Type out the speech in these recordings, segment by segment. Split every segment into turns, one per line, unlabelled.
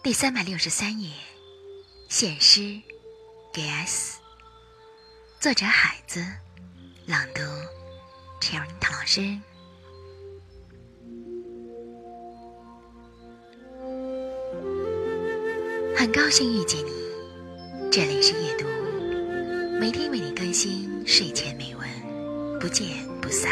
第363页，献诗给 S， 作者海子，朗读 Cherry 唐老师。很高兴遇见你，这里是阅读，每天为你更新睡前美文，不见不散。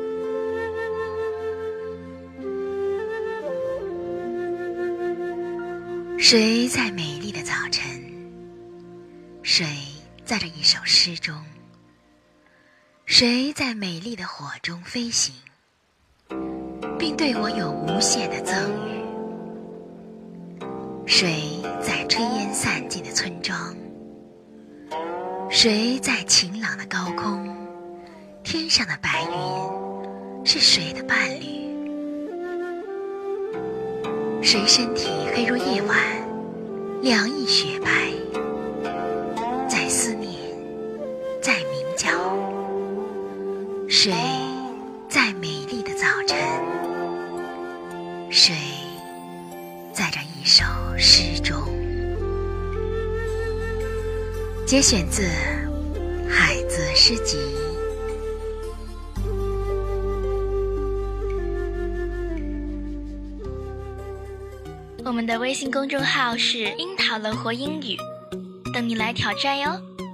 谁在美丽的早晨，谁在这一首诗中，谁在美丽的火中飞行，并对我有无限的赠予，谁在炊烟散尽的村庄，谁在晴朗的高空，天上的白云是谁的伴侣？谁身体黑如夜晚，两翼雪白，在思念，在鸣叫？谁在美丽的早晨？谁在这一首诗中？节选自海子诗集。
我们的微信公众号是樱桃乐活英语，等你来挑战哟。